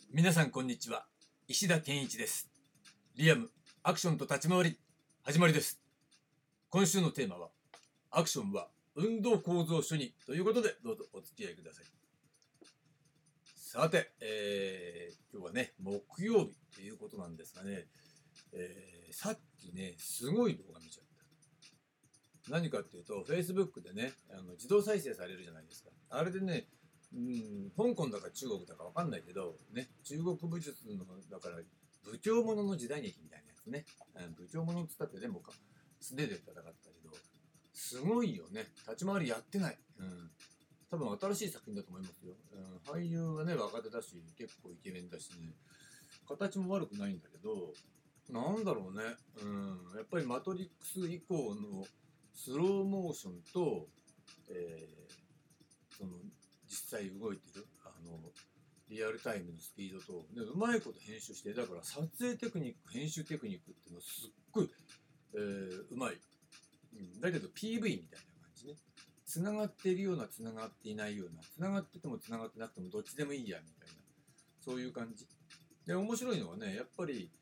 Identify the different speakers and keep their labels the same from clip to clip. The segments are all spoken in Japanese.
Speaker 1: 皆さんこんにちは。石田健一です。リアムアクションと立ち回り始まりです。今週のテーマはアクションは運動構造主義ということで、どうぞお付き合いください。さて、今日はね木曜日ということなんですがね、さっきねすごい動画見ちゃった。何かっていうと Facebook でね自動再生されるじゃないですか。あれでね、香港だか中国だかわかんないけど、ね、中国武術のだから武将者の時代劇みたいなやつね、武将者っつったってね、もう素手で戦ったけど、すごいよね。立ち回りやってない。多分新しい作品だと思いますよ。俳優はね若手だし、結構イケメンだしね、形も悪くないんだけど、なんだろうね、やっぱりマトリックス以降のスローモーションと、その実際動いてるリアルタイムのスピードと、ね、うまいこと編集して、だから撮影テクニック、編集テクニックっていうのはすっごい、うまい、だけど PV みたいな感じね。つながっているような、つながっていないような、つながっててもつながってなくてもどっちでもいいやみたいな、そういう感じで。面白いのはね、やっぱり、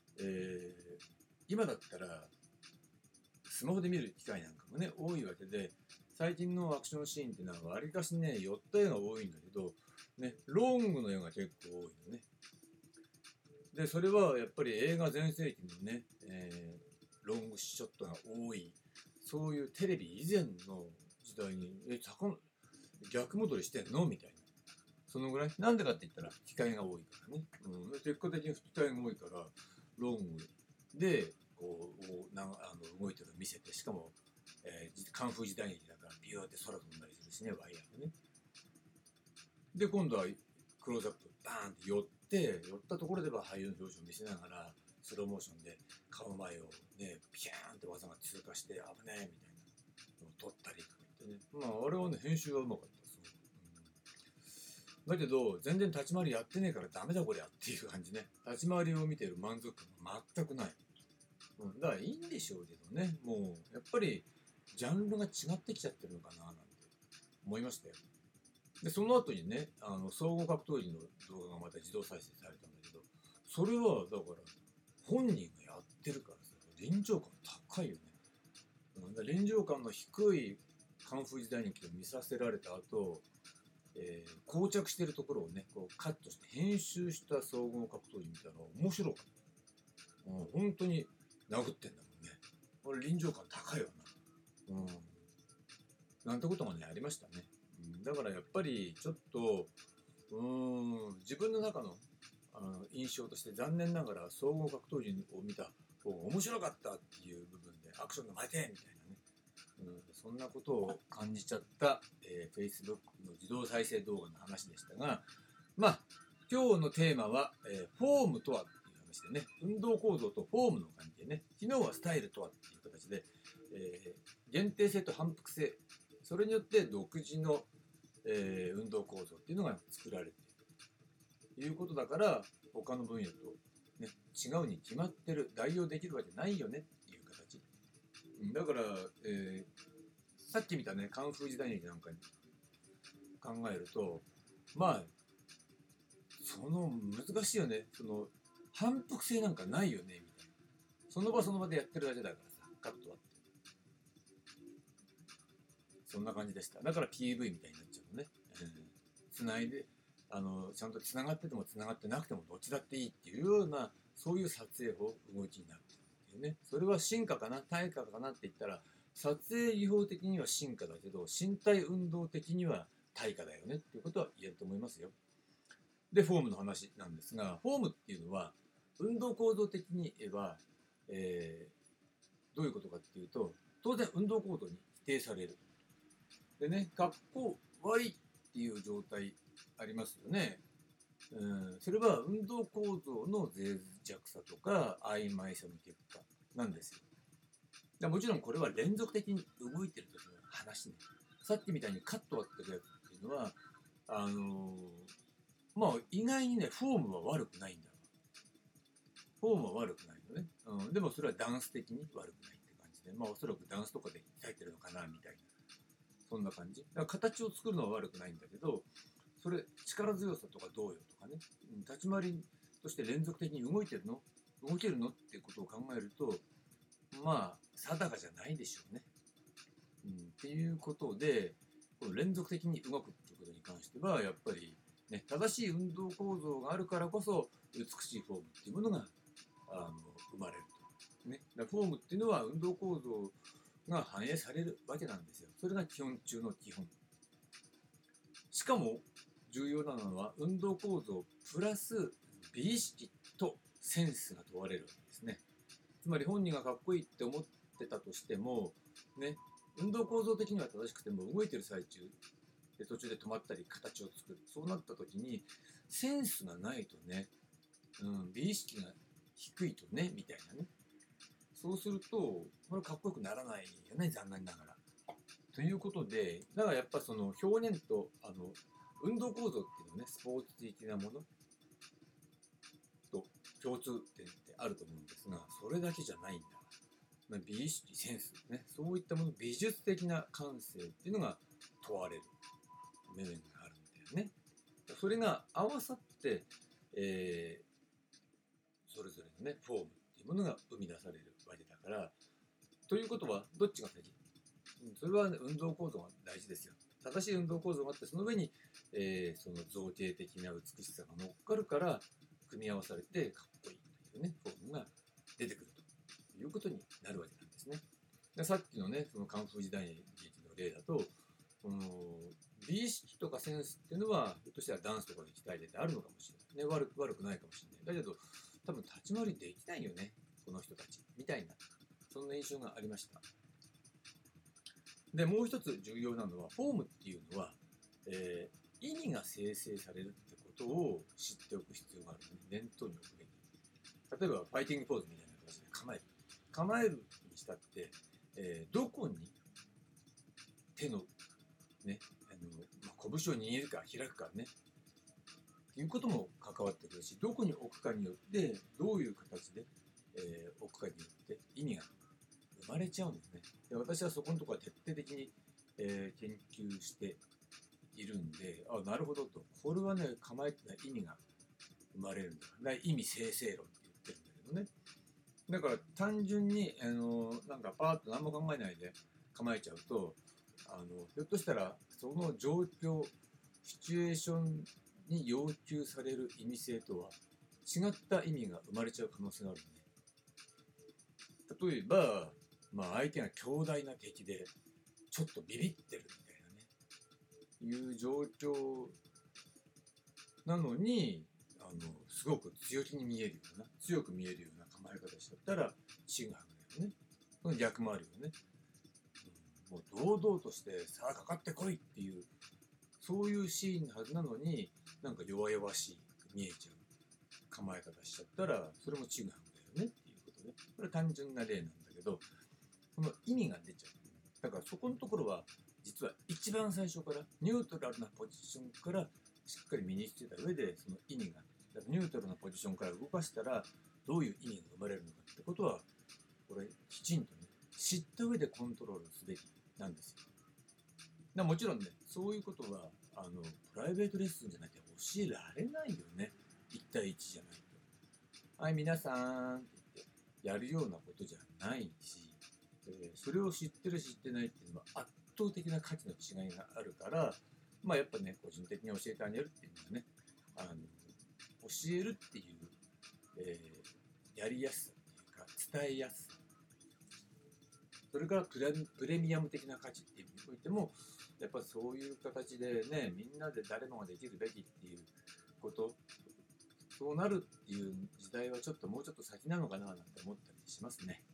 Speaker 1: 今だったらスマホで見る機会なんかもね多いわけで、最近のアクションシーンっていうのはわりかしね寄った絵が多いんだけど、ね、ロングの絵が結構多いのね。でそれはやっぱり映画全盛期のね、ロングショットが多い、そういうテレビ以前の時代に逆戻りしてんのみたいな、そのぐらい。なんでかって言ったら吹き替えが多いからね、結果的に吹き替えが多いからロングでこう動いてるのを見せて、しかも、カンフー時代劇だからビューって空飛んだりするしね、ワイヤーでね。で今度はクローズアップバーンって寄ったところでは俳優の表情を見せながらスローモーションで顔前をねピャーンって技が通過して危ねえみたいなのを撮ったりとか言ってね、あれはね編集がうまかったですごく、だけど全然立ち回りやってねえからダメだこりゃっていう感じね。立ち回りを見てる満足感が全くない。だからいいんでしょうけどね、もうやっぱりジャンルが違ってきちゃってるのかななんて思いましたよ。でその後にね総合格闘技の動画がまた自動再生されたんだけど、それはだから本人がやってるからさ、臨場感高いよね。臨場感の低いカンフー時代劇を見させられた後、膠着してるところをねこうカットして編集した総合格闘技みたいなの面白かった。本当に殴ってんだもんね。これ臨場感高いよな。なんてことがねありましたね。だからやっぱりちょっと自分の中の印象として残念ながら総合格闘技を見た方が面白かったっていう部分でアクションが負けみたいなね、そんなことを感じちゃった、Facebook の自動再生動画の話でしたが、今日のテーマは、フォームとはっていう話でね、運動構造とフォームの関係ね。昨日はスタイルとはっていう形で、限定性と反復性、それによって独自の、運動構造っていうのが作られているということだから、他の分野と、ね、違うに決まってる、代用できるわけないよねっていう形。だから、さっき見たねカンフー時代劇なんかに考えると、その難しいよね。その反復性なんかないよねみたいな。その場その場でやってるだけだからさ、カットはって。そんな感じでした。だから PV みたいになっちゃうのね。つないでちゃんとつながっててもつながってなくてもどっちだっていいっていうような、そういう撮影法動きになるっていうね。それは進化かな対価かなって言ったら、撮影技法的には進化だけど身体運動的には対価だよねっていうことは言えると思いますよ。でフォームの話なんですが、フォームっていうのは運動構造的に言えば、どういうことかっていうと、当然運動構造に否定される。でね、格好悪いっていう状態ありますよね。それは運動構造の脆弱さとか曖昧さの結果なんですよ。もちろんこれは連続的に動いてる時の話ね。さっきみたいにカット割ってるやつっていうのは意外にねフォームは悪くないんだ。フォームは悪くないのね。でもそれはダンス的に悪くないって感じで、おそらくダンスとかで鍛えてるのかなみたいな、そんな感じ。だから形を作るのは悪くないんだけど、 それ力強さとかどうよとかね、立ち回りとして連続的に動けるのっていうことを考えると、まあ定かじゃないでしょうね。っていうことで、この連続的に動くっていうことに関してはやっぱり、ね、正しい運動構造があるからこそ美しいフォームっていうものが生まれると、ね、だからフォームっていうのは運動構造が反映されるわけなんですよ。それが基本中の基本。しかも重要なのは運動構造プラス美意識とセンスが問われるわけですね。つまり本人がかっこいいって思ってたとしてもね、運動構造的には正しくても動いてる最中で途中で止まったり形を作る、そうなった時にセンスがないとね、美意識が低いとねみたいなね、そうするとこれかっこよくならないよね、残念ながら。ということで、だからやっぱその表現と運動構造っていうのはね、スポーツ的なものと共通点ってあると思うんですが、それだけじゃないんだ。美意識、センスね、そういったもの、美術的な感性っていうのが問われる面があるんだよね。それが合わさって、それぞれのねフォームっていうものが生み出されるわけだから、ということはどっちが先？それは、ね、運動構造が大事ですよ。正しい運動構造があって、その上に、その造形的な美しさが乗っかるから組み合わされてかっこいいというねフォームが出てくるということになるわけなんですね。でさっきのねそのカンフー時代劇の例だと、この美意識とかセンスっていうのはひょっとしたらダンスとかで鍛えててあるのかもしれないね、悪くないかもしれない。だけど多分立ち回りできないよねこの人たちみたいな、そんな印象がありました。でもう一つ重要なのはフォームっていうのは、意味が生成されるってことを知っておく必要があるので、念頭に置くべき。例えばファイティングポーズみたいな形で構えるにしたって、どこに手のね拳を握るか開くかねっていうことも関わってくるし、どこに置くかによってどういう形で、置くかによって意味が生まれちゃうんですね。で私はそこのところは徹底的に、研究しているんで、なるほどと、これはね構えてない意味が生まれるんだ。意味生成論って言ってるんだけどね。だから単純になんかパーッと何も考えないで構えちゃうと、ひょっとしたらその状況シチュエーションに要求される意味性とは違った意味が生まれちゃう可能性があるね。例えば、相手が強大な敵でちょっとビビってるみたいなねいう状況なのにすごく強く見えるような構え方しちゃったら違うんだよね。その逆もあるよね。もう堂々としてさあかかってこいっていうそういうシーンのはずなのに、なんか弱々しく見えちゃう構え方しちゃったらそれも違うんだよねっていうことね。これは単純な例なんだけど、その意味が出ちゃう。だからそこのところは実は一番最初からニュートラルなポジションからしっかり身につけた上で、その意味がニュートラルなポジションから動かしたらどういう意味が生まれるのかってことは、これきちんとね知った上でコントロールすべきなんですよ。もちろんねそういうことはプライベートレッスンじゃなくて教えられないよね。1対1じゃないと。はい皆さんって言ってやるようなことじゃないし、それを知ってる知ってないっていうのは圧倒的な価値の違いがあるから、やっぱね個人的に教えてあげるっていうのはね、教えるっていう、やりやすさっていうか伝えやすさ、それからプレミアム的な価値っていう意味においてもやっぱそういう形でね、みんなで誰もができるべきっていうこと、そうなるっていう時代はもうちょっと先なのかななんて思ったりしますね。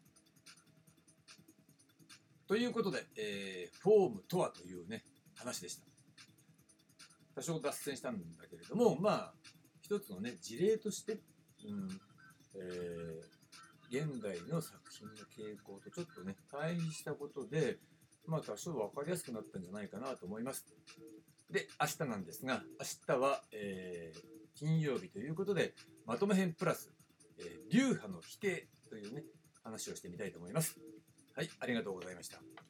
Speaker 1: ということで、フォームとはというね話でした。多少脱線したんだけれども、一つのね事例として、現代の作品の傾向とちょっとね対比したことで、多少分かりやすくなったんじゃないかなと思います。で明日なんですが、明日は、金曜日ということでまとめ編プラス、流派の否定というね話をしてみたいと思います。はい、ありがとうございました。